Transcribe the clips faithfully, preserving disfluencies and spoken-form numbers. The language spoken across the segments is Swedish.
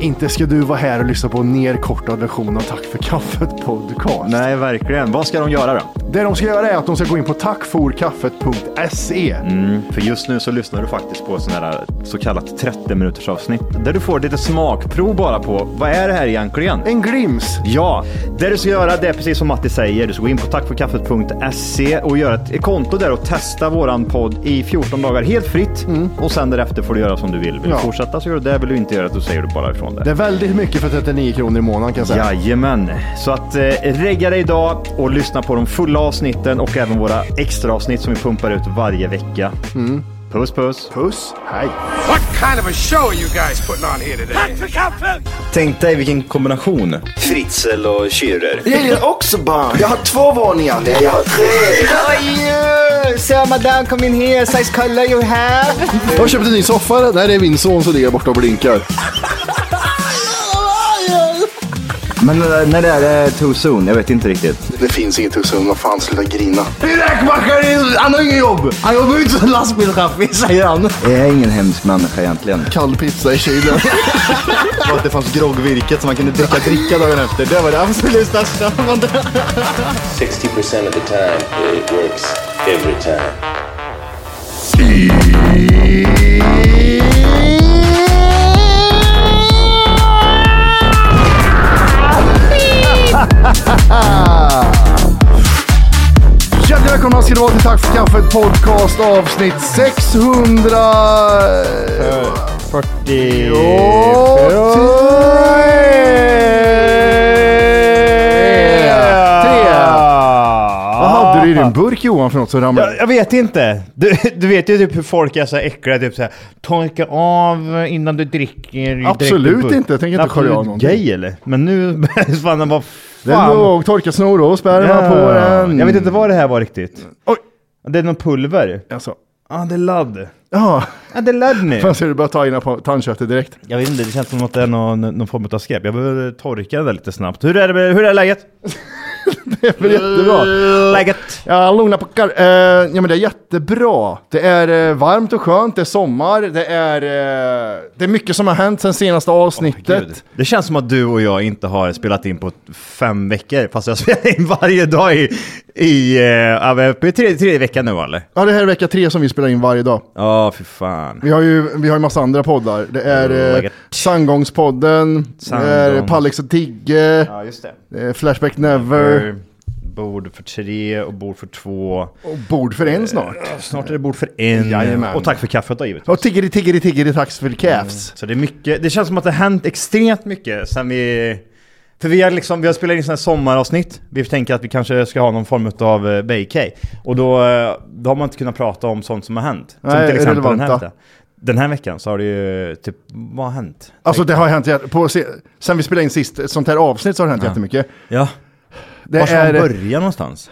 Inte ska du vara här och lyssna på en nerkortad version av Tack för kaffet podcast. Nej, verkligen. Vad ska de göra då? Det de ska göra är att de ska gå in på tackforkaffet punkt se. Mm, för just nu så lyssnar du faktiskt på sån här så kallat trettio minuters avsnitt där du får lite smakprov bara på vad är det här egentligen? En glims. Ja, det du ska göra det är precis som Matti säger. Du ska gå in på tackforkaffet punkt se och göra ett konto där och testa våran podd i fjorton dagar helt fritt. Mm. Och sen därefter får du göra som du vill. Vill ja. du fortsätta så gör du det. Vill du inte göra det, då säger du bara ifrån det. Det är väldigt mycket för trettionio kronor i månaden kan jag säga. Jajamän. Så att eh, regga dig idag och lyssna på de fulla avsnitten och även våra extra avsnitt som vi pumpar ut varje vecka. Mm. Puss, puss. Puss. Hej. What kind of a show are you guys putting on here today? Tack för kaffet! Tänk dig vilken kombination. Fritzl och Schürrer. Jag gillar också barn. Jag har två våningar. Nej, jag har tre. Oj, so madame, come in here. Size color you have. Jag har köpt en ny soffa. Där är min son så ligger borta och blinkar. Men när det är too soon, jag vet inte riktigt. Det finns inget too soon, vad fan sluta grina. Räkmackare, han har ingen jobb. Han jobbar inte som lastbilschaffis, säger han. Jag är ingen hemsk människa egentligen. Kall pizza i kylen. Och att det fanns groggvirket som man kunde dricka dricka dagen efter. Det var det absolut största. sixty percent of the time it works every time. Hjärtligt välkomna ska det vara till Tack för kaffet podcast avsnitt sexhundrafyrtio. Vad hade du i din burk, Johan, för något som ramlade? Jag, jag vet inte. Du, du vet ju typ hur folk är så äckliga, typ så här, torka av innan du dricker. Absolut inte, jag tänker inte skölja av någonting. Gay eller? Men nu fan den var den låg, torka snor och sperma ja. på den. Jag vet inte vad det här var riktigt. Oj. Det är någon pulver. Alltså. Ja, ah, det är ladd. Ja. Ja, det är ladd nu. Fan, ser du bara ta in på tandköttet direkt? Jag vet inte, det känns som att det är någon, någon form av skräp. Jag behöver torka det lite snabbt. Hur är det, hur är läget? Det är väl jättebra. Läget. Ja, lugna puckar. Uh, ja, men det är jättebra. Det är uh, varmt och skönt, det är sommar. Det är, uh, det är mycket som har hänt sen senaste avsnittet. Oh, det känns som att du och jag inte har spelat in på fem veckor. Fast jag spelar in varje dag i, i uh, tredje, tredje veckan nu, eller? Ja, det här är vecka tre som vi spelar in varje dag. Ja, oh, för fan. Vi har ju vi har ju massa andra poddar. Det är uh, Sandgångspodden, Sandgångs. Det är Pallex och Tigge. Ja, just det. Det är Flashback Never. Bord för tre och bord för två. Och bord för en snart. Uh, snart är det bord för en. Jajamän. Och tack för kaffet då, givetvis. Och tiggeri, tiggeri, tiggeri, tack för kaffs. Mm. Så det är mycket, det känns som att det har hänt extremt mycket sen vi... För vi har liksom, vi har spelat in sådana här sommaravsnitt. Vi tänker att vi kanske ska ha någon form av uh, vacay. Och då, då har man inte kunnat prata om sånt som har hänt. Som Nej, till exempel den här relevanta. veckan. Den här veckan så har det ju typ, vad har hänt? Alltså det har hänt, på, sen vi spelade in sist, ett sånt här avsnitt så har det hänt ja. jättemycket. Ja. Det var ska är, man börja någonstans?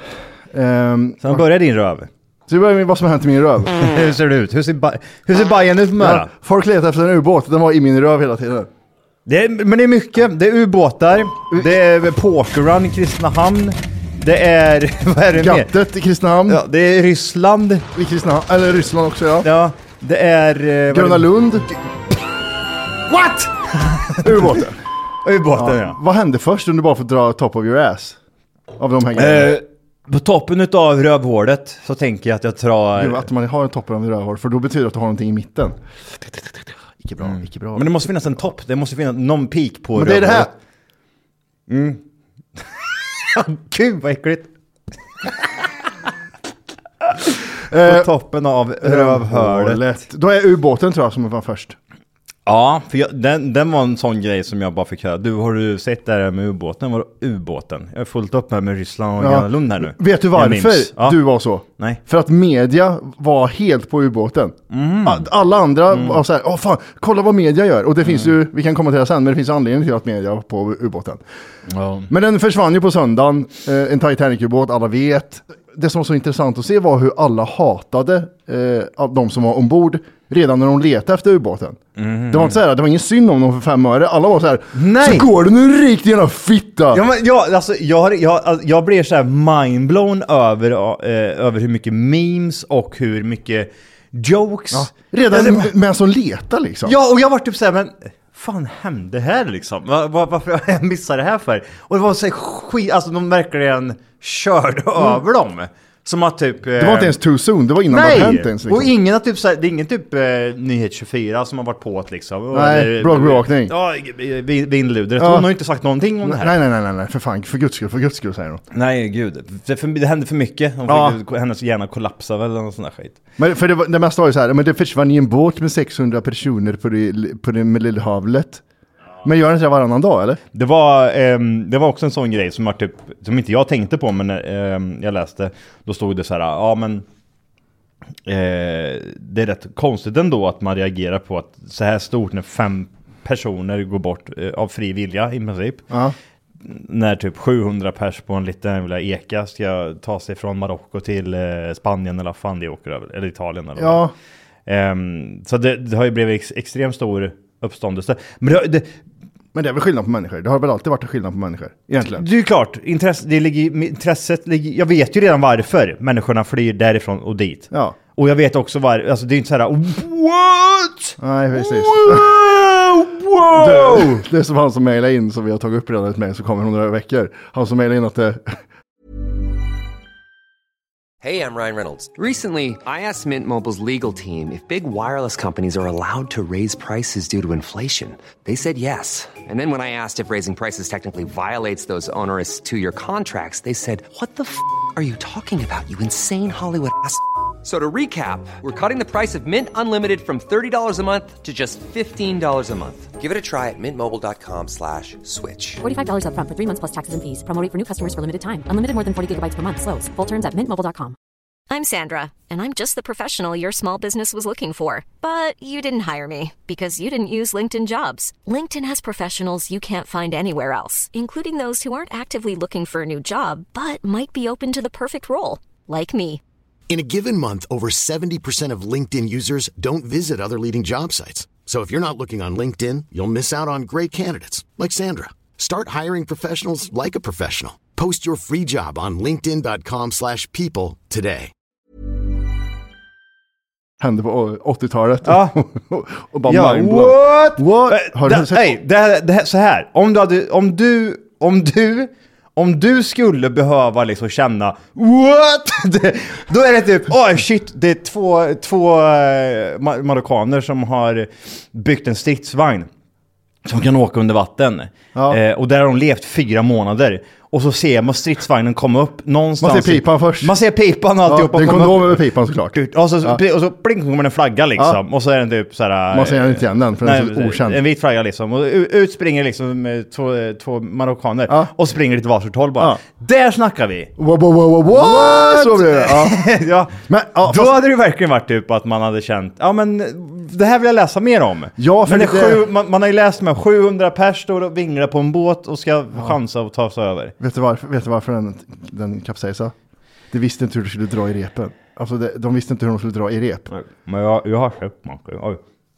Um, så man börjar din röv. Så vi börjar med vad som har hänt i min röv. Mm. Hur ser det ut? Hur ser, ba- hur ser Bajen ut med ja, folk letar efter en ubåt, den var i min röv hela tiden. Det är, men det är mycket, det är ubåtar, det är pokerrun i Kristinehamn. Det är, vad är det mer? Gattet i Kristinehamn. Ja, det är Ryssland. I Kristinehamn, eller Ryssland också, ja. Ja, det är... Eh, Gröna Lund. What? Ubåten. Ubåten, ja. ja. Vad hände först om du bara får dra top of your ass? Av de här grejerna. Eh, på toppen av rövhålet så tänker jag att jag drar... Jo, att man har en toppen av rövhål, för då betyder det att du har någonting i mitten. Icke bra, mm. icke bra. Men det måste finnas en topp, det måste finnas någon peak på men rövhålet. Men det är det här. Mm. Gud vad äckligt. På toppen av rövhålet. Då är ubåten tror jag som var först. Ja, för jag, den, den var en sån grej som jag bara fick höra. Du, har du sett det här med ubåten? Var det ubåten? Jag har fullt upp här med Ryssland och ja. Gröna Lund här nu. Vet du varför ja. du var så? Nej. För att media var helt på ubåten. Mm. Alla andra mm. var så här, åh fan, kolla vad media gör. Och det finns mm. ju, vi kan komma till det sen, men det finns anledning till att media var på ubåten. Ja. Men den försvann ju på söndagen. En Titanic-ubåt, alla vet. Det som var så intressant att se var hur alla hatade eh, de som var ombord redan när de letade efter ubåten. Mm. Det var inte så här, det var ingen synd om dem för fem öre. Alla var så här, nej. Så går det nu riktigt jävla fitta. Ja, men jag, alltså, jag, jag, jag blir så här mindblown över, eh, över hur mycket memes och hur mycket jokes. Ja. Redan alltså, med en som letar liksom. Ja, och jag var typ så här, men fan hände här liksom? Var, var, varför har jag missat det här för? Och det var så skit, alltså de verkligen körde mm. över dem. Som att typ... Det var inte ens too soon, det var innan nej, det hänt ens. Liksom. Och ingen har typ så här, det är ingen typ eh, Nyhet tjugofyra som har varit på ett liksom. Nej, bloggbevakning. Ja, vindludret. Ja. Hon har inte sagt någonting om det här. Nej, nej, nej, nej, nej. för fan, för guds skull, för guds skull säger hon. Nej, gud. Det, för, det hände för mycket. Hon ja. fick, hennes hjärna kollapsa väl eller någon sån där skit. Men för det, det mesta var ju så här, men det försvann i en båt med sexhundra personer på det, på det Medelhavet. Men gör inte det varannan dag, eller? Det var, eh, det var också en sån grej som, var typ, som inte jag tänkte på, men eh, jag läste. Då stod det så här, ja men eh, det är rätt konstigt ändå att man reagerar på att så här stort när fem personer går bort eh, av fri vilja i princip. Uh-huh. När typ sjuhundra pers på en liten jävla eka ska ta sig från Marocko till eh, Spanien eller fan det åker över, eller Italien eller ja. eh, Så det, det har ju blivit ex- extremt stor uppståndelse. Men det, det, Men det är väl skillnad på människor. Det har väl alltid varit en skillnad på människor, egentligen. Det är ju klart, intresse, det ligger, intresset ligger, jag vet ju redan varför människorna flyr därifrån och dit. Ja. Och jag vet också var, alltså det är inte så här, what? Nej, precis. Wow! Wow! Det, det är som han som mejlar in, som vi har tagit upp redan med, så kommer om några veckor. Han som mejlar in att det... Hey, I'm Ryan Reynolds. Recently, I asked Mint Mobile's legal team if big wireless companies are allowed to raise prices due to inflation. They said yes. And then when I asked if raising prices technically violates those onerous two-year contracts, they said, what the f*** are you talking about, you insane Hollywood ass f- So to recap, we're cutting the price of Mint Unlimited from thirty dollars a month to just fifteen dollars a month. Give it a try at mintmobile.com slash switch. forty-five dollars up front for three months plus taxes and fees. Promo rate for new customers for limited time. Unlimited more than forty gigabytes per month. Slows full terms at mint mobile dot com. I'm Sandra, and I'm just the professional your small business was looking for. But you didn't hire me because you didn't use LinkedIn Jobs. LinkedIn has professionals you can't find anywhere else, including those who aren't actively looking for a new job, but might be open to the perfect role, like me. In a given month, over seventy percent of LinkedIn users don't visit other leading job sites. So if you're not looking on LinkedIn, you'll miss out on great candidates like Sandra. Start hiring professionals like a professional. Post your free job on linkedin dot com slash people today. Hände på åttiotalet. Ja. Och bara ja, mindblown. what? What? Har du sett? Nej, det här, det här, så här. Om du hade, om du, om du, om du skulle behöva liksom känna what? Det, då är det typ, oh shit, det är två, två uh, marockaner som har byggt en stridsvagn som kan åka under vatten. Ja. Eh, och där har de levt fyra månader. Och så ser man stridsvagnen komma upp någonstans. Man ser pipan först. Man ser pipan och alltihop. Ja, det är en kondom över pipan såklart. Och så, ja. och så pling kommer en flagga liksom. Ja. Och så är den typ såhär... Man ser inte igen den för nej, den är så okänd. En vit flagga liksom. Och ut springer liksom med två, två marockaner. Ja. Och springer lite varsitt håll bara. Ja. Där snackar vi. Wow, wow, wow, wow. What? Så blir det. Ja. ja. Men, ja, då fast... hade det verkligen varit typ att man hade känt, ja men det här vill jag läsa mer om. Ja, för men det... sju, man, man har ju läst med sjuhundra pers står och vinglar på en båt och ska ja. chansa att ta sig över. Vet du varför, vet du varför den, den kapsejsade? De visste inte hur de skulle dra i repen. Alltså det, de visste inte hur de skulle dra i rep. Men jag, jag har köpt mackor. Oj.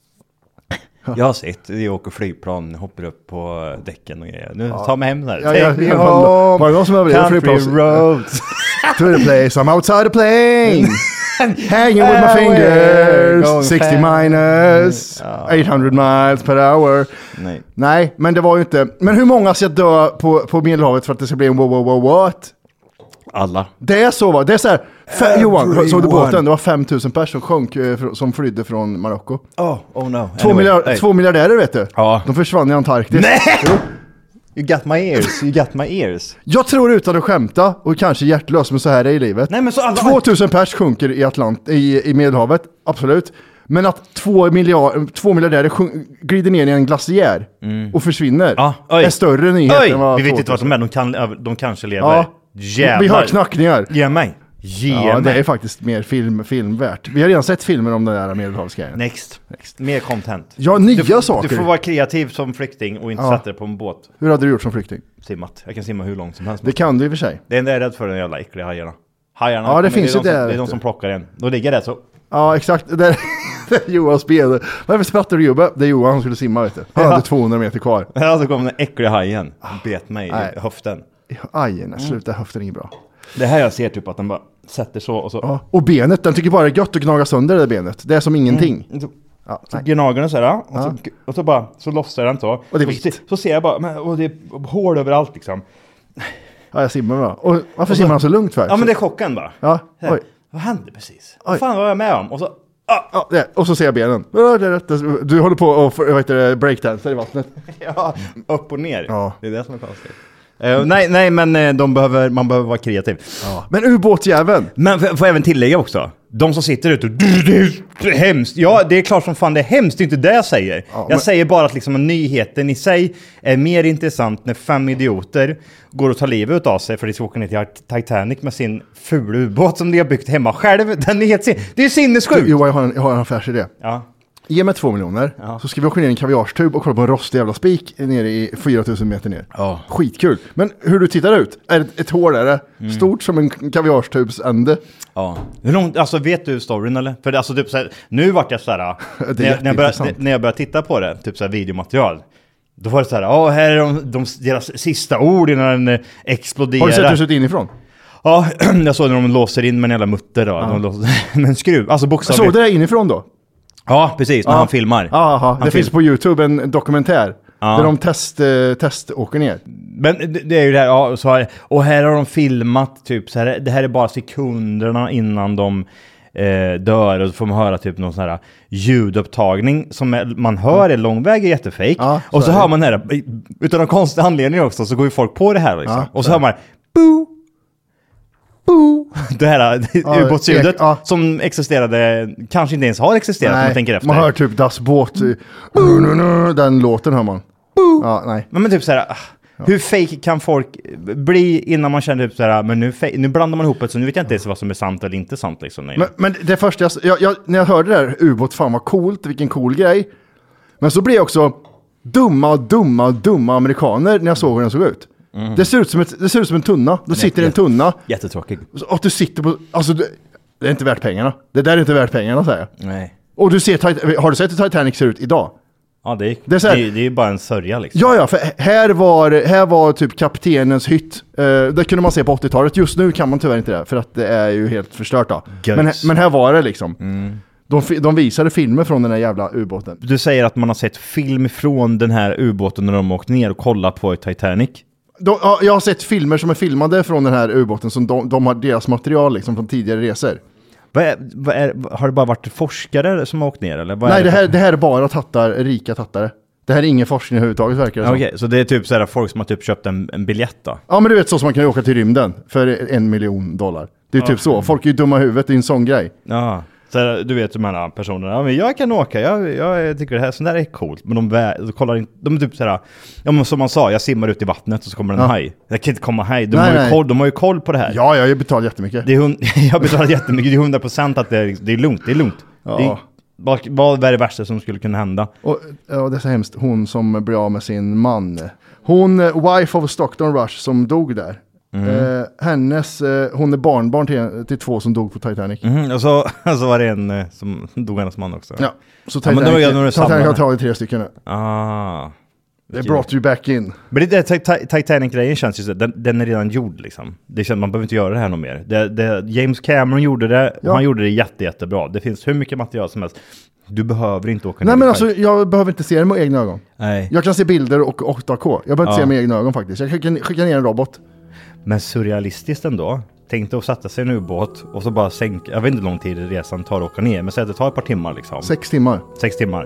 Jag har sett, jag åker flygplan, hoppar upp på däcken och grejer. Nu ja. tar mig hem där. Ja, ja, ja, ja. Var det någon som överlevde flygplan? Roads. To the place, I'm outside the plane. Hanging with my fingers. sextio minus. Ja. åttahundra miles per hour. Nej. Nej, men det var ju inte. Men hur många ska dö på, på Medelhavet för att det ska bli en wow, wow, wow, what? Alla. Det är så va? Det är så här. F- Johan, såg du båten? Det var fem tusen personer som sjönk som flydde från Marocko. Oh, oh no. Två, anyway, miljard, hey. två miljardärer vet du. Ja. De försvann i Antarktis. Nej! You got my ears, you got my ears. Jag tror utan att skämta, och kanske hjärtlös, men så här är i livet. Nej, men så alla... två tusen pers sjunker i, Atlant- i, i Medelhavet, absolut. Men att två, miljard, två miljardärer sjunk- glider ner i en glaciär mm. och försvinner ah, är större nyhet oj. än vad vi vet inte vad som är, de, kan, de kanske lever. Ja. Jävlar. Vi har knackningar. Ge mig. Ge ja, mig. det är faktiskt mer film, filmvärt. Vi har redan sett filmer om den där Medelhavsgrejen. Next. Next. Mer content. Ja, nya du, saker. Du får vara kreativ som flykting och inte ja. sätta dig på en båt. Hur hade du gjort som flykting? Simmat. Jag kan simma hur långt som helst. Det kan du i och för sig. Det enda jag är rädd för är den jävla äckliga hajarna. Hajarna. Ja, det finns det ju det. Som, det är de som plockar en. Då ligger det så. Ja, exakt. Det är, det är Johans ben. Varför sprattar du Jobbe? Det är Johan som skulle simma, vet du. Han hade ja. tvåhundra meter kvar. Ja, så kom den äckliga hajen. Han bet mig i höften. Aj, nej, sluta. Höften är inget bra. Det här jag ser typ att den bara sätter så och så. Ja. Och benet, den tycker bara det är gött att gnaga sönder det benet. Det är som ingenting. Mm. Ja, så gnager den så här. Och, ja. så, och så bara, så lossar den så. Och det är och så, så ser jag bara, men, och det är hål överallt liksom. Ja, jag simmar bra. Och varför och så, simmar han så lugnt för? Ja, men det är chocken bara. Ja, oj. Vad hände precis? Oj. Vad fan var jag med om? Och så... Ah, ah, det, och så ser jag benen. Du håller på och vad heter det, breakdancer i vattnet. Ja, upp och ner. Ja. Det är det som är konstigt. Uh, nej, nej, men de behöver, man behöver vara kreativ. Ja. Men ubåtsjäveln. Men får jag även tillägga också. De som sitter ute och det är hemskt. Ja, det är klart som fan det är hemskt. Det är inte det jag säger. Ja, jag men... säger bara att liksom, nyheten i sig är mer intressant när fem idioter går och tar livet av sig för att de ska åka ner till Titanic med sin fula ubåt som de har byggt hemma själv. Den är helt sin... Det är sinnessjukt. Jo, jag har en, jag har en affärsidé. Ja. Ge mig två miljoner, ja. Så ska vi åka ner i en kaviarstub och kolla på en rostig jävla spik nere i fyra tusen meter ner. Ja. Skitkul. Men hur du tittar ut, är ett, ett hår där, mm. stort som en kaviarstubs ände. Ja. Hur långt, alltså vet du storyn eller? För det, alltså, typ, så här, nu vart jag så här, när, jag, när, jag började, när jag började titta på det, typ så här videomaterial. Då var det så här, ja, här är de, de, deras sista ord innan den exploderar. Har du sett hur det ser ut inifrån? Ja, jag såg när de låser in med en jävla mutter då. Ja. De låser, med en skruv, alltså bokstavligt. Såg du det inifrån då? Ja, precis, när ja. han filmar. Aha, det film- finns på YouTube en dokumentär ja. där de test, eh, test åker ner. Men det, det är ju det här, ja, så här, och här har de filmat typ så här, det här är bara sekunderna innan de eh, dör och så får man höra typ någon sån här ljudupptagning som är, man hör är långväg är jättefejk. Ja, så och så hör man det här, utan någon konstig anledning också så går ju folk på det här liksom. Ja, och så, så hör man boo. Det här ja, ubåtsljudet ja. som existerade, kanske inte ens har existerat. Nej, man tänker efter. Man hör typ Das Båt, den låten hör man. Ja, nej. Men, men typ så här, ja. hur fake kan folk bli innan man känner typ så här, men nu, fake, nu blandar man ihop det så nu vet jag inte ens vad som är sant eller inte sant liksom. Men, men det första, jag, jag, jag, när jag hörde det där, ubåt, fan vad coolt, vilken cool grej. Men så blev jag också dumma, dumma, dumma amerikaner när jag såg hur den såg ut. Mm. Det ser ut som ett, det ser ut som en tunna. Du sitter i en tunna. Jättetråkig. Och du sitter på, alltså det, det är inte värt pengarna. Det där är inte värt pengarna, säger jag. Nej. Och du ser, har du sett hur Titanic ser ut idag? Ja, det är, det är, så här, det är, det är bara en sörja liksom. Ja, ja, för här var, här var typ kaptenens hytt. Uh, det kunde man se på åttiotalet. Just nu kan man tyvärr inte det, för att det är ju helt förstört då. Men, men här var det liksom. Mm. De, de visade filmer från den här jävla ubåten. Du säger att man har sett film från den här ubåten när de åkt ner och kollat på Titanic. De, ja, jag har sett filmer som är filmade från den här ubåten som de, de har deras material liksom från tidigare resor. Vad är, vad är, har det bara varit forskare som har åkt ner? Eller vad Nej, är det, det, här, det här är bara tattar, rika tattare. Det här är ingen forskning överhuvudtaget, verkar det som. Okej, okay, så det är typ så här folk som har typ köpt en, en biljett då? Ja, men du vet så som man kan åka till rymden för en miljon dollar. Det är ja. typ så. Folk är ju dumma i huvudet, det är en sån grej. Ja. Så här, du vet de här personerna, ja, men jag kan åka, jag, jag tycker det här sån där är coolt, men de, vä- de kollar inte, de är typ så här, ja, men som man sa, jag simmar ut i vattnet och så kommer en ja. haj. Jag kan inte komma haj, de, nej, har ju koll, de har ju koll på det här. Ja, jag har betalat jättemycket. Det är hund- jag har betalat jättemycket, det är hundra procent att det är, det är lugnt, det är lugnt. Ja. Det är, vad, vad är det värsta som skulle kunna hända? Och, ja, det är så hemskt, hon som blir av med sin man. Hon, wife of Stockton Rush, som dog där. Mm. Eh, hennes, eh, hon är barnbarn till, till två som dog på Titanic. Mm, och så, så var det en eh, som dog hennes man också. Ja, så Titanic, ja, men Titanic, Titanic har tagit tre stycken nu. Ah, det brought you back in. Men det där Titanic-grejen känns ju så, den, den är redan gjord liksom. Det känns, man behöver inte göra det här något mer. Det, det, James Cameron gjorde det, och ja. han gjorde det jätte, jättebra. Det finns hur mycket material som helst. Du behöver inte åka Nej, men alltså, jag behöver inte se det med egna ögon. Nej. Jag kan se bilder och åtta K. Jag behöver inte ja. se med egna ögon faktiskt. Jag skickar, skickar ner en robot. Men surrealistiskt ändå. Tänkte att sätta sig i en ubåt och så bara sänka. Jag vet inte hur lång tid resan tar att åka ner. Men säg att det tar ett par timmar liksom. Sex timmar. Sex timmar.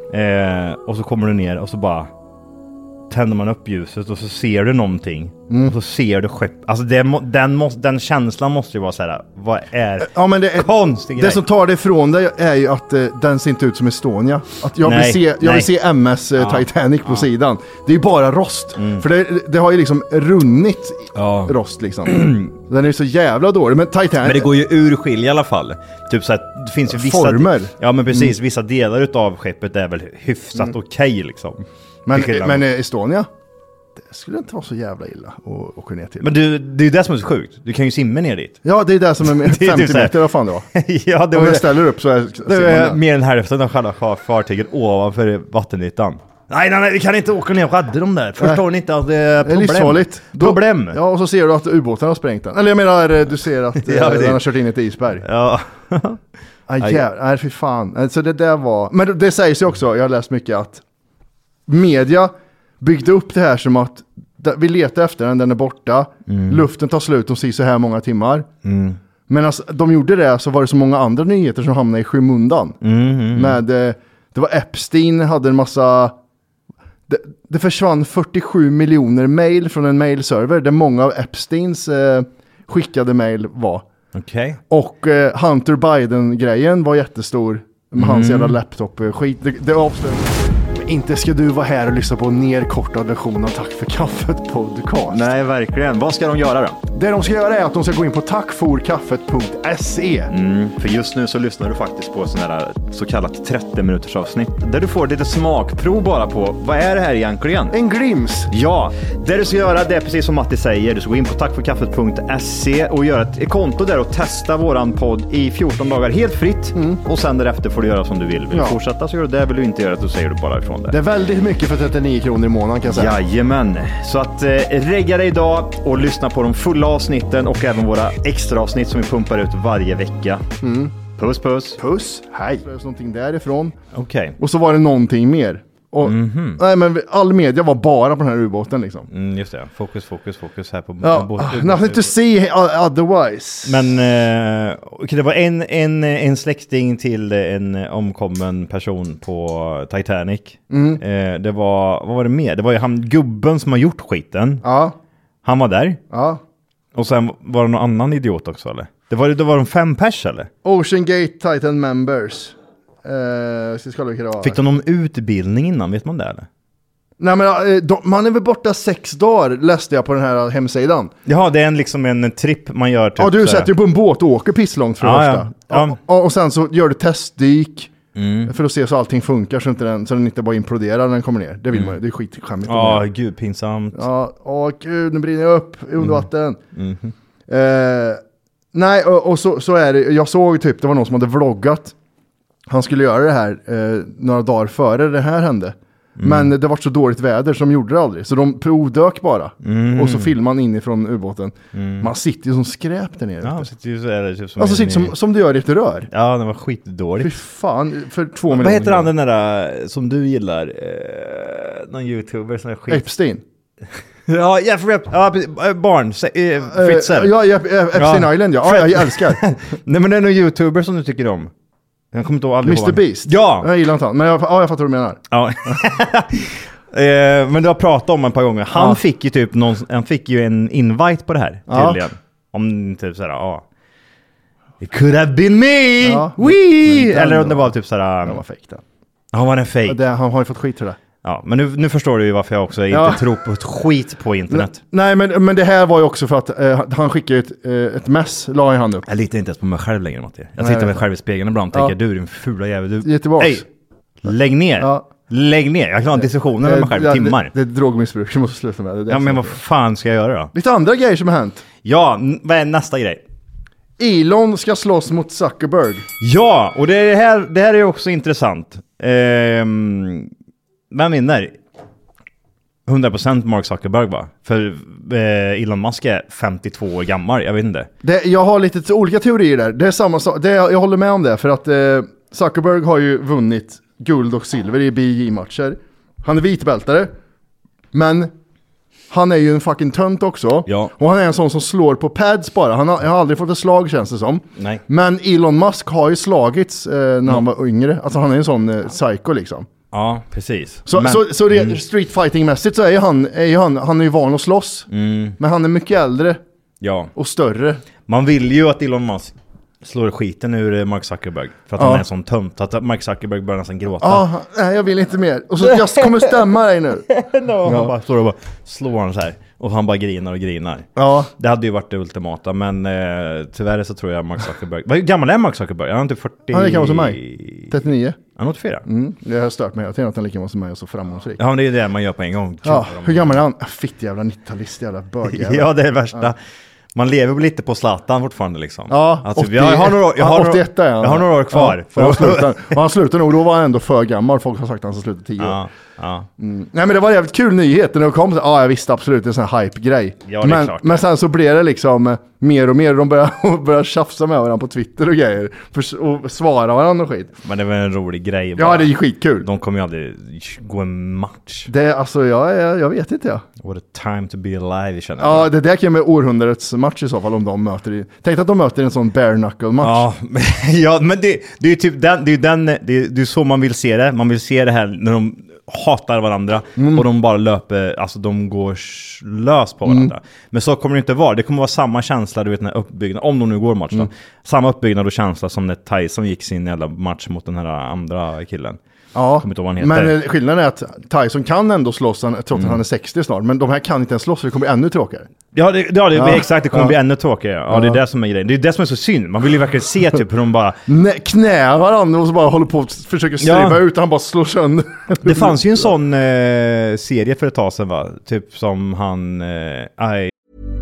Eh, och så kommer du ner och så bara tänder man upp ljuset och så ser du någonting. Mm. Och så ser du skepp. Alltså det, den, måste, den känslan måste ju vara så här. Vad är ja, men det är, konstigt? Det som tar det ifrån dig är ju att uh, den ser inte ut som Estonia. Att jag, nej, vill se, jag vill se M S uh, ja. Titanic på ja. sidan. Det är ju bara rost. Mm. För det, det har ju liksom runnit ja. rost liksom. Den är ju så jävla dålig. Men Titanic... Men det går ju urskilj i alla fall. Typ så att det finns ju vissa... Former. Ja, men precis. Mm. Vissa delar utav skeppet är väl hyfsat mm. okej okay, liksom. Men, men Estonia, det skulle inte vara så jävla illa att åka ner till. Men du, det är ju det som är så sjukt. Du kan ju simma ner dit. Ja, det är det som är femtio meter, vad fan det var. Ja, det Om jag ställer upp så är det är mer än hälften av själva fartyget ovanför vattenytan. Nej, nej, nej, vi kan inte åka ner och rädda dem där. Förstår ni inte att det är problem? Det är livsfarligt. Problem. Då, ja, och så ser du att ubåten har sprängt den. Eller jag menar, du ser att ja, den har kört in i ett isberg. Ja. Ah, jävlar, nej fy fan. Alltså det där var... Men det sägs ju också, jag har läst mycket att media byggde upp det här som att vi letar efter den, den är borta. Mm. Luften tar slut, de säger så här många timmar. Mm. Men alltså, de gjorde det så var det så många andra nyheter som hamnade i skymundan. Mm, mm. Med, det var Epstein, hade en massa... Det, det försvann fyrtiosju miljoner mejl från en mailserver där många av Epsteins eh, skickade mejl var. Okay. Och eh, Hunter Biden-grejen var jättestor med mm. hans jävla laptop-skit. Det, det avslöjade. Inte ska du vara här och lyssna på en nerkortad version av Tack för kaffet podcast. Nej, verkligen. Vad ska de göra då? Det de ska göra är att de ska gå in på tackforkaffet punkt se. Mm, för just nu så lyssnar du faktiskt på sån här så kallat trettio minuters avsnitt. Där du får lite smakprov bara på vad är det här egentligen? En glims. Ja, det du ska göra det är precis som Matti säger. Du ska gå in på tackforkaffet punkt se och göra ett konto där och testa våran podd i fjorton dagar helt fritt. Mm. Och sen därefter får du göra som du vill. Vill ja. du fortsätta så gör du det. Vill du inte göra det så säger du bara ifrån. Det är väldigt mycket för trettionio kronor i månaden kan jag säga. Jajamän. Så att eh, regga dig idag och lyssna på de fulla avsnitten och även våra extra avsnitt som vi pumpar ut varje vecka. Mm. Puss, puss. Puss. Hej. Det är någonting därifrån. Okej. Okay. Och så var det någonting mer. Och, mm-hmm. Nej, men all media var bara på den här ubåten liksom. Mm, just det. Fokus, fokus, fokus här på ja, båten. Nothing to see otherwise. Men eh, okay, det var en, en, en släkting till en omkommen person på Titanic. Mm. Eh, det var, vad var det mer? Det var ju han gubben som har gjort skiten. Ja. Han var där. Ja. Och sen var det någon annan idiot också, eller? Det var, det var de fem pers, eller? Ocean Gate Titan members. Uh, ska det vara. Fick de någon utbildning innan, vet man det eller? Nej men de, man är väl borta sex dagar, läste jag på den här hemsidan. Jaha, det är en, liksom en tripp man gör typ. Ja, du sätter ju på en båt och åker pisslångt för det ja, första. Ja. Ja. Och, och sen så gör du testdyk mm. för att se så allting funkar så, inte den, så den inte bara imploderar när den kommer ner. Det vill mm. man ju, det är skitskämmigt. Ja, oh, gud, pinsamt. Ja, åh gud, nu brinner jag upp under vatten. Mm. Mm. Uh, nej, och, och så, så är det, jag såg typ, det var någon som hade vloggat. Han skulle göra det här eh, några dagar före det här hände. Mm. Men det var så dåligt väder som gjorde det aldrig. Så de provdök bara. Mm. Och så filmade man inifrån ubåten. Mm. Man sitter ju som skräp där nere. Ja, man sitter ju så är det typ som alltså sitter som, som du gör i ett rör. Ja, det var skitdåligt. Fy fan, för två miljoner. Vad heter han den där som du gillar? Eh, någon youtuber som är skit. Epstein. Ja, Jeffrey, ja, barn, eh, Fritzl. Ja, Epstein ja. Island, ja. ja. Jag älskar. Nej, men det är någon youtuber som du tycker om. Jag kommer inte ihåg aldrig mister Beast? Ja! Jag gillar inte han, men jag, ja, jag fattar vad du menar. Ja. eh, men du har pratat om en par gånger. Han ja. fick ju typ någon, han fick ju en invite på det här tydligen. Ja. Om typ såhär, ja. It could have been me! Ja, Wee! Eller om det var typ såhär. Det var fake den. Ja, var den fake? Det, han har ju fått skit för det. Ja, men nu, nu förstår du ju varför jag också inte ja. tror på ett skit på internet. Nej, men, men det här var ju också för att eh, han skickade ett, eh, ett mess, la i hand upp. Jag litar inte ens på mig själv längre, Matti. Jag tittar mig själv i spegeln ibland och ja. tänker, du är en fula jävel. Du... Ge tillbaks. Hey, lägg ner. Ja. Lägg ner. Jag kan ha en diskussion med mig själv ja, timmar. Det, det är drogmissbruk, jag måste sluta med det. det ja, men vad fan ska jag göra då? Lite andra grejer som har hänt. Ja, vad är nästa grej? Elon ska slåss mot Zuckerberg. Ja, och det här, det här är också intressant. Ehm, vem vinner? hundra procent Mark Zuckerberg va? För eh, Elon Musk är femtiotvå år gammal, jag vet inte. Det, jag har lite olika teorier där. Det är samma sak. Det, jag håller med om det. För att eh, Zuckerberg har ju vunnit guld och silver i B J-matcher. Han är vitbältare. Men han är ju en fucking tönt också. Ja. Och han är en sån som slår på pads bara. Han har, har aldrig fått ett slag känns det som. Nej. Men Elon Musk har ju slagits eh, när mm. han var yngre. Alltså han är en sån eh, psycho liksom. Ja, precis. Så, men, så, så det, mm. street fighting-mässigt så är ju han, är ju han, han är ju van att slåss. Mm. Men han är mycket äldre ja. och större. Man vill ju att Elon Musk slår skiten ur Mark Zuckerberg. För att ja. han är en sån tömt. Att Mark Zuckerberg börjar nästan gråta. Ja, nej jag vill inte mer. Och så jag kommer stämma dig nu. no, ja. Han bara står och bara slår han så här. Och han bara grinar och grinar. Ja. Det hade ju varit det ultimata. Men eh, tyvärr så tror jag Mark Zuckerberg. Vad gammal är Mark Zuckerberg? Han är inte fyrtio... Han är lika som mig. trettionio. Han är åttiofyra. Mm. Det har stört mig. Jag tänker att han är lika som mig och så framgångsrik. Ja, men det är det man gör på en gång. Ja, hur gammal är han? Fitt jävla nittiotalist, jävla bög. Ja, det är värsta. Ja. Man lever väl lite på Zlatan fortfarande liksom. Ja, alltså, åttio, jag har några, jag har åttioett är han. Jag har några år kvar. Ja, han slutar, han slutar nog, då var han ändå för gammal. Folk har sagt att han ska sluta tio år. Ja, ja. Mm. Nej men det var en jävligt kul nyhet när det kom. Ja, jag visste absolut, det är en sån här hype-grej. Ja, det är men, klart. Men sen så blev det liksom... mer och mer. De börjar, börjar tjafsa med varandra på Twitter och grejer. För, och svara varandra och skit. Men det var en rolig grej. Bara. Ja, det är skitkul. De kommer ju aldrig gå en match. Det är alltså, jag, jag, jag vet inte. Ja. What a time to be alive, känner jag. Ja, det där kan med århundradets match i så fall om de möter i. Tänk att de möter en sån bare knuckle match. Ja, ja men det, det är ju typ den, det är den, det är, det är så man vill se det. Man vill se det här när de hatar varandra mm. och de bara löper, alltså de går lös på varandra. Mm. Men så kommer det inte vara. Det kommer vara samma känsla, du vet, när uppbyggnad, om de nu går match då. Mm. Samma uppbyggnad och känsla som när Tyson gick sin jävla match mot den här andra killen. Ja, men skillnaden är att Tyson kan ändå slåss trots mm. att han är sextio snart. Men de här kan inte ens slåss, så det kommer bli ännu tråkigare. Ja, det, ja, det ja. exakt. Det kommer ja. bli ännu tråkigare. Ja, ja, det är det som är grejen. Det är det som är så synd. Man vill ju verkligen se typ hur de bara... knä varandra och så bara håller på och försöker striva ja. ut och han bara slår sönder. Det fanns ju en sån eh, serie för ett tag sedan, va? Typ som han... Eh, I...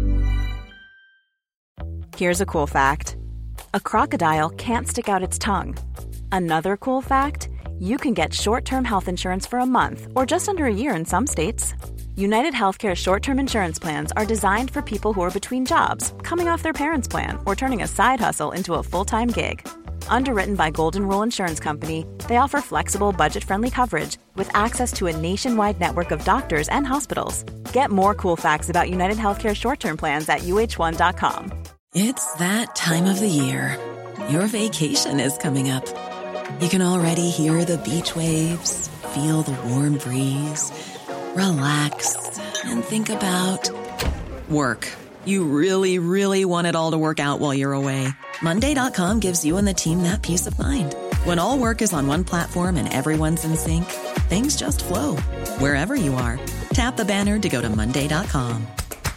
Here's a cool fact. A crocodile can't stick out its tongue. Another cool fact... You can get short-term health insurance for a month or just under a year in some states. United Healthcare short-term insurance plans are designed for people who are between jobs, coming off their parents' plan, or turning a side hustle into a full-time gig. Underwritten by Golden Rule Insurance Company, they offer flexible, budget-friendly coverage with access to a nationwide network of doctors and hospitals. Get more cool facts about United Healthcare short-term plans at U H one dot com. It's that time of the year. Your vacation is coming up. You can already hear the beach waves, feel the warm breeze, relax, and think about work. You really, really want it all to work out while you're away. Monday dot com gives you and the team that peace of mind. When all work is on one platform and everyone's in sync, things just flow. Wherever you are, tap the banner to go to Monday dot com.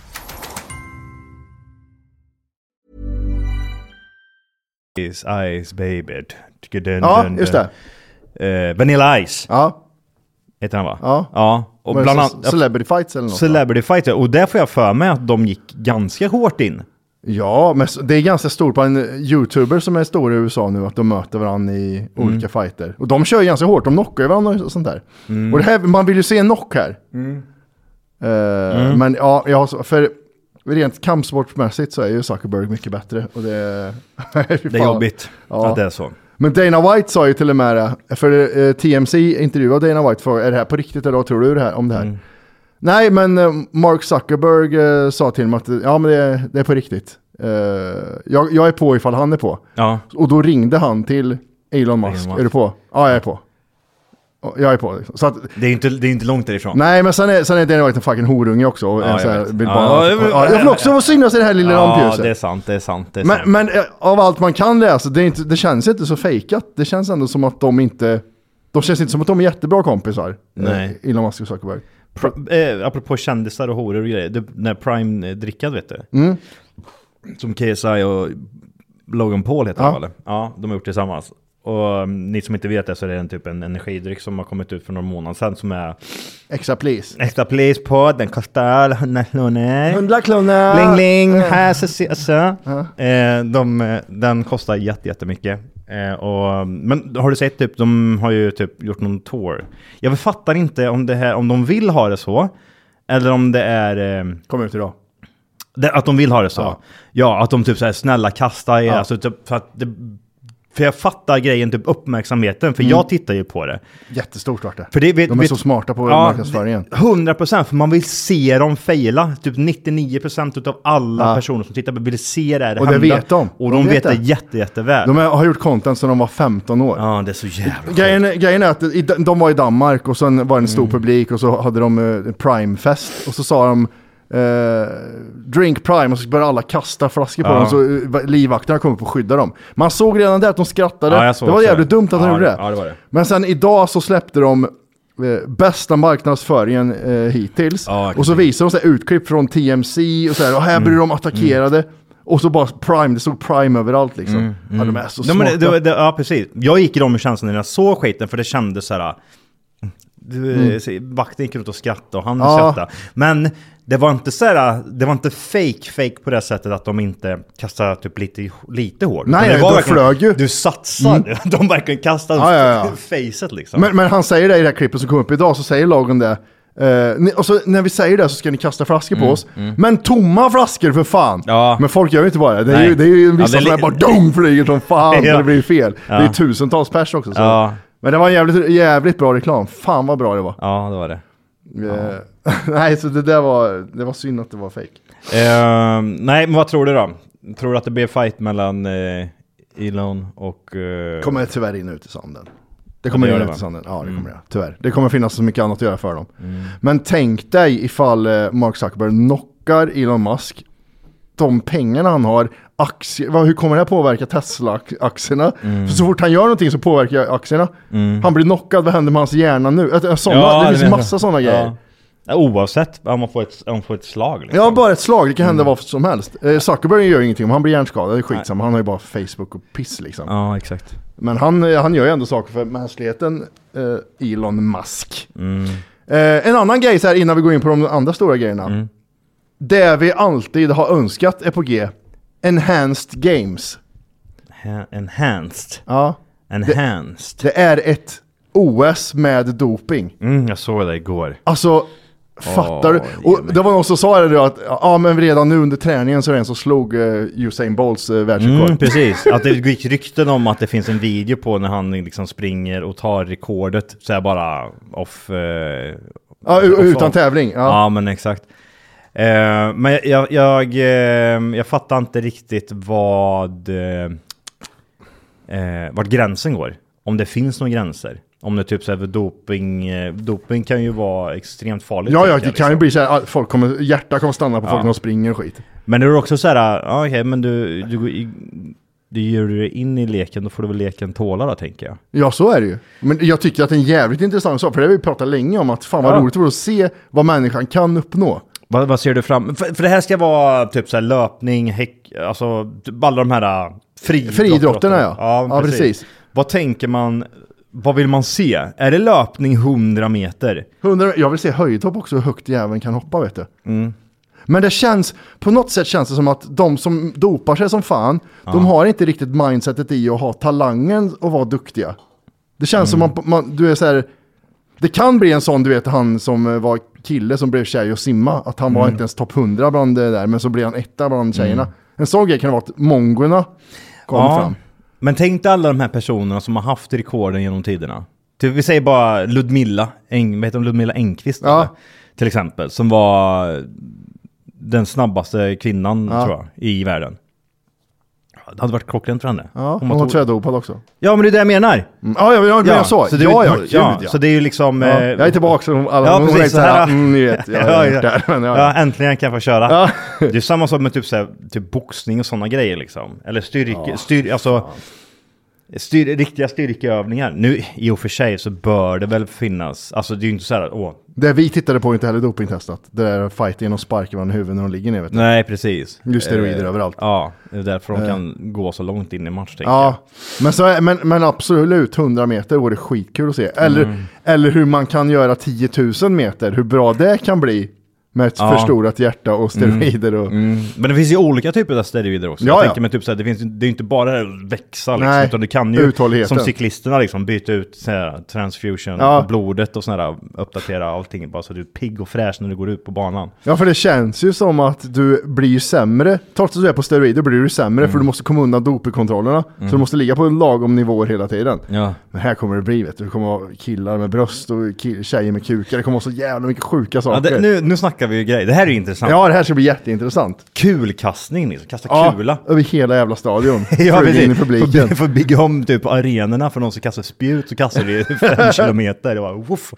Is Ice Baby. Dun, ja, dun, just det. Uh, Vanilla Ice. Ja. Heter han, va? Ja. Ja. Och bland annat Celebrity Fights eller något. Celebrity Fights. Och där får jag för mig att de gick ganska hårt in. Ja, men det är ganska stort på en YouTuber som är stor i U S A nu, att de möter varandra i mm. olika fighter. Och de kör ganska hårt, de knockar ju varandra och sånt där. Mm. Och det här, man vill ju se en knock här. Mm. Uh, mm. Men ja, jag, för rent kampsportmässigt så är ju Zuckerberg mycket bättre. Och det, det är jobbigt ja. att det är så. Men Dana White sa ju till och med det, för uh, T M C intervjuade Dana White för, är det här på riktigt eller vad tror du det här, om det här? Mm. Nej, men uh, Mark Zuckerberg uh, sa till mig att ja, men det, det är på riktigt. Uh, jag, jag är på ifall han är på. Ja. Och då ringde han till Elon Musk. Elon Musk. Är du på? Ja, jag är på. Jag är på. Liksom. Så att, det är inte, det är inte långt därifrån. Nej, men sen är, sen är Dana White en fucking horunge också. Och ja, så här, jag, vill ja, bara, ja, ja, jag vill också synas i det här lilla ja, rampljuset. Ja, det är sant, det är sant. Det är men, sant. men av allt man kan läsa, det, är inte, det känns inte så fejkat. Det känns ändå som att de inte... De känns inte som att de är jättebra kompisar. Nej. Elon Musk och Zuckerberg. Pro, eh, apropå kändisar och horor och grejer. Det, när Prime drickad, vet du. Mm. Som K S I och Logan Paul heter ja. det, eller? Ja, de har gjort det tillsammans. Och um, ni som inte vet det, så är det en typ en energidryck som har kommit ut för några månader sedan som är extra please. Extra please på, den kostar hundra kronor. hundra kronor. Bling bling, här så se så. Eh, de, den kostar jätte, jättemycket. Eh, och, men har du sett typ, de har ju typ gjort någon tour. Jag fattar inte om det här, om de vill ha det så, eller om det är... Eh, Kom ut idag. Det, att de vill ha det så. Ja, ja att de typ så här snälla kastar i, ja. alltså typ för att det... För jag fattar grejen, typ uppmärksamheten. För mm. jag tittar ju på det. Jättestort vart det. För det vet, de är vet, så smarta på ja, marknadsföringen. hundra procent, för man vill se dem fejla. Typ nittionio procent av alla ja. personer som tittar på vill se det här. Och det hända. vet de. Och de, de vet, vet det jätte, jätteväl. De har gjort content sedan de var femton år. Ja, det är så jävla grejen, grejen är att de var i Danmark och sen var det en stor mm. publik och så hade de uh, Prime-fest. Och så sa de Uh, drink Prime och så började alla kasta flaskor på ja. dem så uh, livvakterna kom upp och skydda dem. Man såg redan där att de skrattade. Ja, det var jävligt dumt att de ja, gjorde det. Ja, det var det. Men sen idag så släppte de uh, bästa marknadsföringen uh, hittills ja, och så visade de så här utklipp från T M C och så här, och här mm. blir de attackerade mm. och så bara Prime, det stod Prime överallt liksom. Mm. Mm. Ja, de är så ja, men det, det, ja, precis. Jag gick i dem med känslan när jag såg skiten, för det kändes så här. Du, mm. vakten gick runt och skrattade och han ja. skrattade. Men det var inte så här, det var inte fake fake på det sättet att de inte kastade typ lite lite hårt. Nej, det var de flög ju. Du satsade. Mm. De verkligen kastade ja, ja, ja. facet liksom. Men, men han säger det i det här klippet som kom upp idag, så säger Logan det. Uh, ni, och så när vi säger det så ska ni kasta flaskor Mm, på oss. mm. Men tomma flaskor för fan. Ja. Men folk gör ju inte bara det. Det är Nej. ju, det är ju vissa Ja, det är som är li- bara dum flyger som fan. Ja. Så det blir fel. Ja. Det är ju tusentals pers också. Så. Ja. Men det var en jävligt, jävligt bra reklam. Fan vad bra det var. Ja, det var det. Uh, nej, så det där var, det var synd att det var fake. Uh, nej, men vad tror du då? Tror du att det blir fight mellan uh, Elon och... Uh... Kommer tyvärr in ut i sanden. Det kommer Ja, det in gör ut i det, sanden. Ja, det Mm. kommer det. Tyvärr. Det kommer finnas så mycket annat att göra för dem. Mm. Men tänk dig ifall eh, Mark Zuckerberg knockar Elon Musk. De pengarna han har, aktier, vad, hur kommer det här påverka Tesla-aktierna? Mm. För så fort han gör någonting så påverkar aktierna. Mm. Han blir knockad, vad händer med hans hjärna nu? Äh, såna, Ja, det finns men- massa sådana ja. grejer. Ja, oavsett om man får ett, om man får ett slag. Liksom. Ja, bara ett slag. Det kan hända Mm. vad som helst. Eh, Zuckerberg gör ingenting. Om han blir hjärnskadad, det är skitsamma. Han har ju bara Facebook och piss liksom. Ja, exakt. Men han, han gör ju ändå saker för mänskligheten, eh, Elon Musk. Mm. Eh, en annan grej så här innan vi går in på de andra stora grejerna. Mm. Det vi alltid har önskat är på G. Enhanced Games. Ha- enhanced. Ja. Enhanced. Det är ett O S med doping. Mm, jag såg det igår. Alltså, fattar du? Åh, Och det var någon som sa det då att ja, men redan nu under träningen så är det en som slog uh, Usain Bolts uh, världsrekord. Mm, precis. Att det gick rykten om att det finns en video på när han liksom springer och tar rekordet. Så är bara off... Eh, Ja, u- off- utan off. tävling. Ja. Ja, men exakt. Eh, men jag, jag, eh, jag fattar inte riktigt vad... Eh, eh, vart gränsen går. Om det finns några gränser. Om det typ så här doping... Eh, doping kan ju vara extremt farligt. Ja, ja, tycker det jag, kan ju liksom. bli så här, att folk kommer, hjärta kommer stanna på Ja. folk när de springer och skit. Men det är också så här, ja, okej, men du, du, går i- du gör dig in i leken, då får du väl leken tåla då, tänker jag. Ja, så är det ju. Men jag tycker att det är en jävligt intressant sak, för det har vi pratat länge om att fan vad Ja. roligt det vore att se vad människan kan uppnå. Vad, vad ser du fram? För, för det här ska vara typ så här löpning, häck, alltså typ alla de här uh, friidrott- Friidrotterna, ja. Ja, Ja, precis. precis. Vad tänker man, vad vill man se? Är det löpning hundra meter? hundra, jag vill se höjdhopp också, hur högt jäveln kan hoppa, vet du. Mm. Men det känns, på något sätt känns det som att de som dopar sig som fan, Ja. de har inte riktigt mindsetet i att ha talangen och vara duktiga. Det känns Mm. som att man, du är så här, det kan bli en sån, du vet, han som var kille som blev tjej och simma, att han var Mm. inte ens topp hundra bland det där, men så blev han etta bland tjejerna. Mm. En sån grej kan det vara att mongorna kommer Ja. fram. Men tänk dig alla de här personerna som har haft rekorden genom tiderna. Typ, vi säger bara Ludmilla, Eng, vad heter hon, Ludmilla Engqvist Ja. eller? Till exempel, som var den snabbaste kvinnan, Ja. tror jag, i världen. Det hade varit klockrent för henne. Ja, Om hon man var tog- tvärdopad också. Ja, men det är det jag menar. Mm. Ja, ja, ja, men jag sa. så det, ja, ja, ja, gud, ja. Så det är ju liksom... Ja, eh, jag är tillbaka som alla, Ja, hon precis, är så så här, här- mm, ni vet, jag Ja, har ja. gjort det här, men ja, Ja, ja. äntligen kan jag få köra. Ja. Det är samma sak med typ, så här, typ boxning och sådana grejer liksom. Eller styrke, styr, alltså, styr, riktiga styrkeövningar. Nu i och för sig så bör det väl finnas. Alltså det är ju inte så här, åh. Det vi tittade på är inte heller dopingtestat. Det där fighten och sparkar varandra i huvudet när de ligger ner, vet du. Nej, precis. Just steroider Eh, överallt. Ja, det är därför de Eh. kan gå så långt in i match, tänker Ja, men, så är, men, men absolut hundra meter vore skitkul att se. Eller, Mm. eller hur man kan göra tio tusen meter, hur bra det kan bli med ett Ja. förstorat hjärta och steroider. Och... Mm. Men det finns ju olika typer av steroider också. Ja, jag ja. tänker mig typ så här, det, finns, det är ju inte bara att växa liksom, Nej, utan du kan ju uthålligheten. som cyklisterna liksom byta ut så här, transfusion Ja. på blodet och sådär, uppdatera allting bara så du är pigg och fräsch när du går ut på banan. Ja, för det känns ju som att du blir sämre. Trots att du är på steroider blir du sämre Mm. för du måste komma undan dopingkontrollerna. Mm. Så du måste ligga på en lagom nivåer hela tiden. Ja. Men här kommer det bli, vet du. Det kommer vara killar med bröst och kill- tjejer med kukar. Det kommer vara så jävla mycket sjuka Ja, saker. det, nu, nu snackar vi ju grejer. Det här är ju intressant. Ja, det här ska bli jätteintressant. Kulkastning liksom, kasta Ja, kula. över hela jävla stadion. Ja, Flyga precis. in i publiken. För, för bygga om typ arenorna för någon som kastar spjut så kastar det fem kilometer. Det var woof.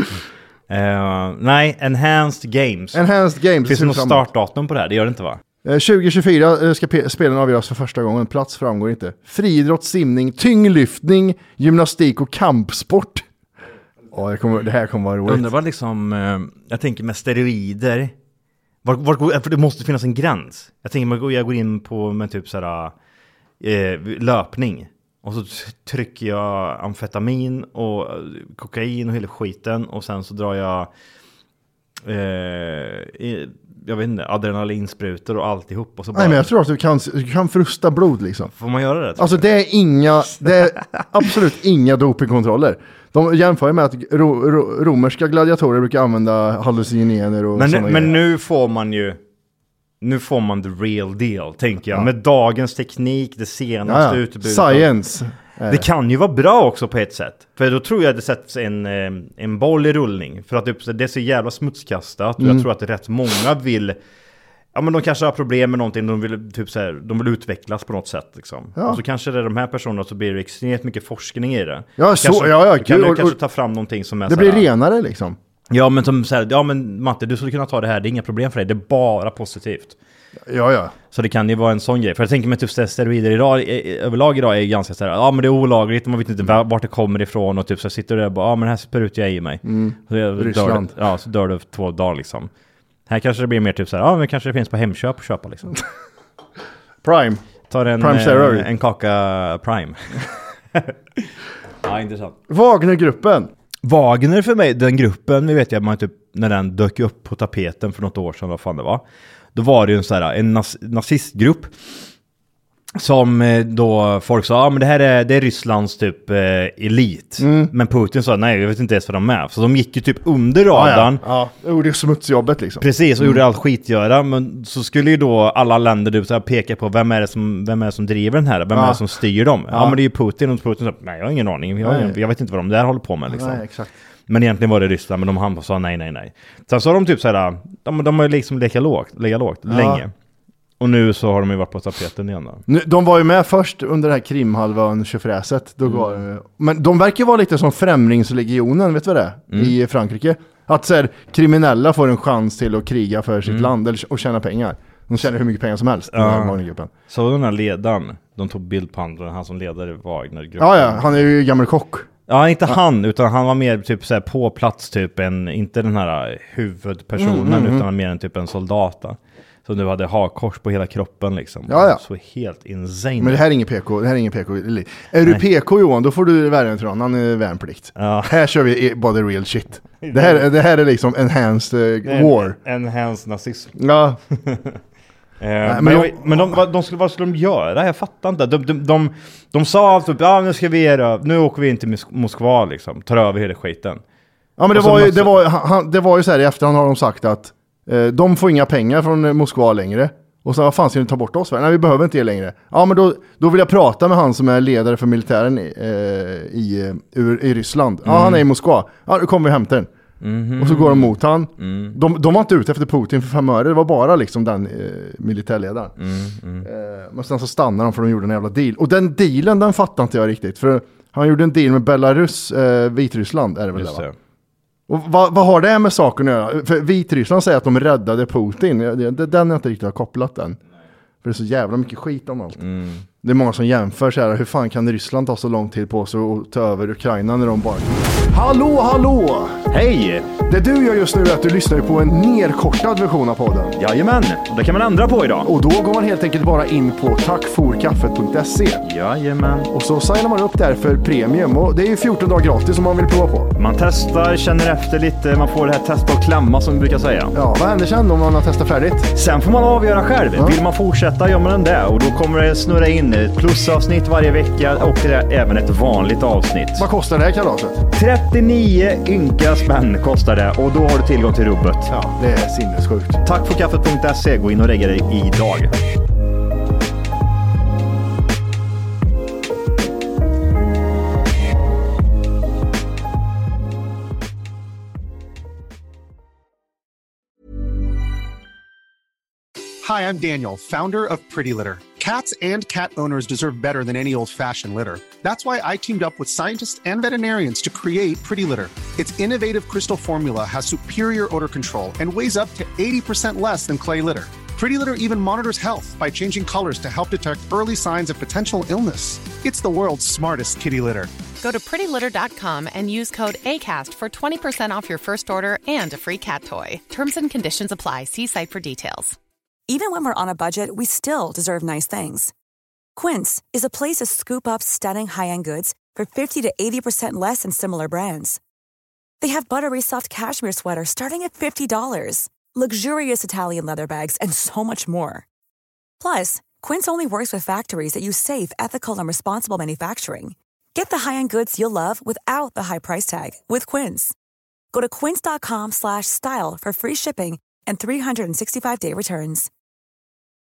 Uh, nej, Enhanced Games. Enhanced Games. Finns det något framåt. startdatum på det här? Det gör det inte, va? Eh, tjugo tjugofyra eh, ska pe- spelen avgöras för första gången. Plats framgår inte. Friidrott, simning, tyngdlyftning, gymnastik och kampsport. Ja, det, kommer, det här kommer vara Jag roligt. undrar vad liksom, eh, jag tänker med steroider, var, var, går- för det måste finnas en gräns. Jag tänker man går, jag går in på med typ såhär eh, löpning och så t- trycker jag amfetamin och eh, kokain och hela skiten och sen så drar jag eh, i- jag vet inte, adrenalinsprutor och alltihop. Och så bara... Nej, men jag tror att du kan, du kan frusta blod liksom. Får man göra det? Alltså det är inga, det är absolut inga dopingkontroller. De jämför med att ro, ro, romerska gladiatorer brukar använda hallucinogener och men, sådana men grejer. nu får man ju nu får man the real deal, tänker jag. Ja. Med dagens teknik, det senaste ja, ja. utbudet. Science. Det kan ju vara bra också på ett sätt. För då tror jag att det sätts en, en boll i rullning. För att det är så jävla smutskastat. Mm. Och jag tror att rätt många vill... Ja, men de kanske har problem med någonting. De vill, typ så här, de vill utvecklas på något sätt. Liksom. Ja. Och så kanske det är de här personerna så blir det extremt mycket forskning i det. Ja, så, kanske, ja, ja. Kan du och, kanske ta fram någonting som är det så blir här, renare liksom. Ja, men som så här, ja men Matte, du skulle kunna ta det här. Det är inga problem för dig. Det är bara positivt. Ja, ja. Så det kan ju vara en sån grej. För jag tänker mig typ steroider idag, överlag idag är ganska så här, ja men det är olagligt, man vet inte mm. vart det kommer ifrån och typ så sitter du där och bara, ja men här sprutar jag i mig. Mm. Så jag Ryssland. Dör, ja, så dör du två dagar liksom. Här kanske det blir mer typ så här, ja men kanske det finns på Hemköp att köpa liksom. Prime. Tar en, Prime en, en kaka Prime. Ja, intressant. Wagnergruppen. Wagner för mig, den gruppen, vi vet ju att man typ, när den dök upp på tapeten för något år sedan, vad fan det var. Då var det ju en sån här, en nas- nazistgrupp som då folk sa, ja ah, men det här är, det är Rysslands typ eh, elit. Mm. Men Putin sa, nej jag vet inte ens vad de är. Så de gick ju typ under radarn. Ja, ja. ja. Det är smutsjobbet liksom. Precis, och mm. gjorde allt skitgöra. Men så skulle ju då alla länder typ så här peka på, vem är det som, vem är det som driver den här? Vem ja. är det som styr dem? Ja. ja men det är ju Putin. Och Putin sa, nej jag har ingen aning. Jag, jag, jag vet inte vad de där håller på med liksom. Nej, exakt. Men egentligen var det Ryssland, men de han sa nej, nej, nej. Sen så har de typ så här, de, de har liksom legat lågt, legat lågt ja. länge. Och nu så har de ju varit på tapeten igen då. Nu, de var ju med först under det här Krimhalvön tjofräset. Då mm. går, men de verkar vara lite som Främlingslegionen, vet du vad det är? Mm. I Frankrike. Att så här, kriminella får en chans till att kriga för sitt mm. land eller, och tjäna pengar. De tjänar hur mycket pengar som helst. Ja. Så den här ledaren, de tog bild på honom, han som ledare i Wagnergruppen. Ja, ja, han är ju gammal kock. Ja, inte han, utan han var mer typ så här på plats typ en, inte den här huvudpersonen mm, mm, utan mer en typ en soldata. Så nu hade hakkors på hela kroppen liksom. Ja, ja. Så helt insane. Men det här är ingen P K, det här är ingen P K. Är Nej. du P K Johan, då får du värmen till honom, han är värnplikt. Ja. Här kör vi bara the real shit. Det här, det här är liksom enhanced uh, war. Enhanced nazism. Ja. Eh, Nej, men men, de, men de, de skulle, vad skulle de göra? Jag fattar inte. De, de, de, de sa alltså, ja nu ska vi göra, nu åker vi in till Moskva liksom, tar över hela skiten. Ja men det var, ju, det, var, han, det var ju så här, i efterhand har de sagt att eh, de får inga pengar från Moskva längre. Och så vad fan ska ni ta bort oss? Nej, vi behöver inte det längre. Ja men då, då vill jag prata med han som är ledare för militären i, eh, i, ur, i Ryssland. Ja mm. han är i Moskva. Ja då kommer vi hämta den. Mm-hmm. Och så går de mot han. Mm. De, de var inte ute efter Putin för fem öre. Det var bara liksom den eh, militärledaren. Mm, mm. Eh, men sen så stannar de för de gjorde en jävla deal. Och den dealen, den fattar inte jag riktigt. För han gjorde en deal med Belarus, eh, Vitryssland är det väl det, va? Och vad, vad har det med saken att göra? För Vitryssland säger att de räddade Putin. Den är inte riktigt har kopplat den. För det är så jävla mycket skit om allt. Mm. Det är många som jämför så här, hur fan kan Ryssland ta så lång tid på sig och ta över Ukraina när de bara... Hallå, hallå! Hej! Det du gör just nu är att du lyssnar på en nerkortad version av podden. Jajamän, och det kan man ändra på idag. Och då går man helt enkelt bara in på tackforkaffet punkt se. Jajamän. Och så signar man upp där för premium. Och det är ju fjorton dagar gratis om man vill prova på. Man testar, känner efter lite, man får det här testa och klämma som vi brukar säga. Ja, vad händer sen om man har testat färdigt? Sen får man avgöra själv. Ja. Vill man fortsätta gör man den där. Och då kommer det snurra in ett plusavsnitt varje vecka och det är även ett vanligt avsnitt. Vad kostar det här kalaset? trettionio ynka spänn kostar det och då har du tillgång till rubbet. Ja, det är sinnessjukt. Tack för kaffet punkt se. Gå in och lägga dig idag. Hi, I'm Daniel, founder of Pretty Litter. Cats and cat owners deserve better than any old-fashioned litter. That's why I teamed up with scientists and veterinarians to create Pretty Litter. Its innovative crystal formula has superior odor control and weighs up to eighty percent less than clay litter. Pretty Litter even monitors health by changing colors to help detect early signs of potential illness. It's the world's smartest kitty litter. Go to pretty litter dot com and use code ACAST for twenty percent off your first order and a free cat toy. Terms and conditions apply. See site for details. Even when we're on a budget, we still deserve nice things. Quince is a place to scoop up stunning high-end goods for fifty to eighty percent less than similar brands. They have buttery soft cashmere sweaters starting at fifty dollars, luxurious Italian leather bags, and so much more. Plus, Quince only works with factories that use safe, ethical, and responsible manufacturing. Get the high-end goods you'll love without the high price tag with Quince. Go to quince dot com slash style for free shipping and three sixty-five day returns.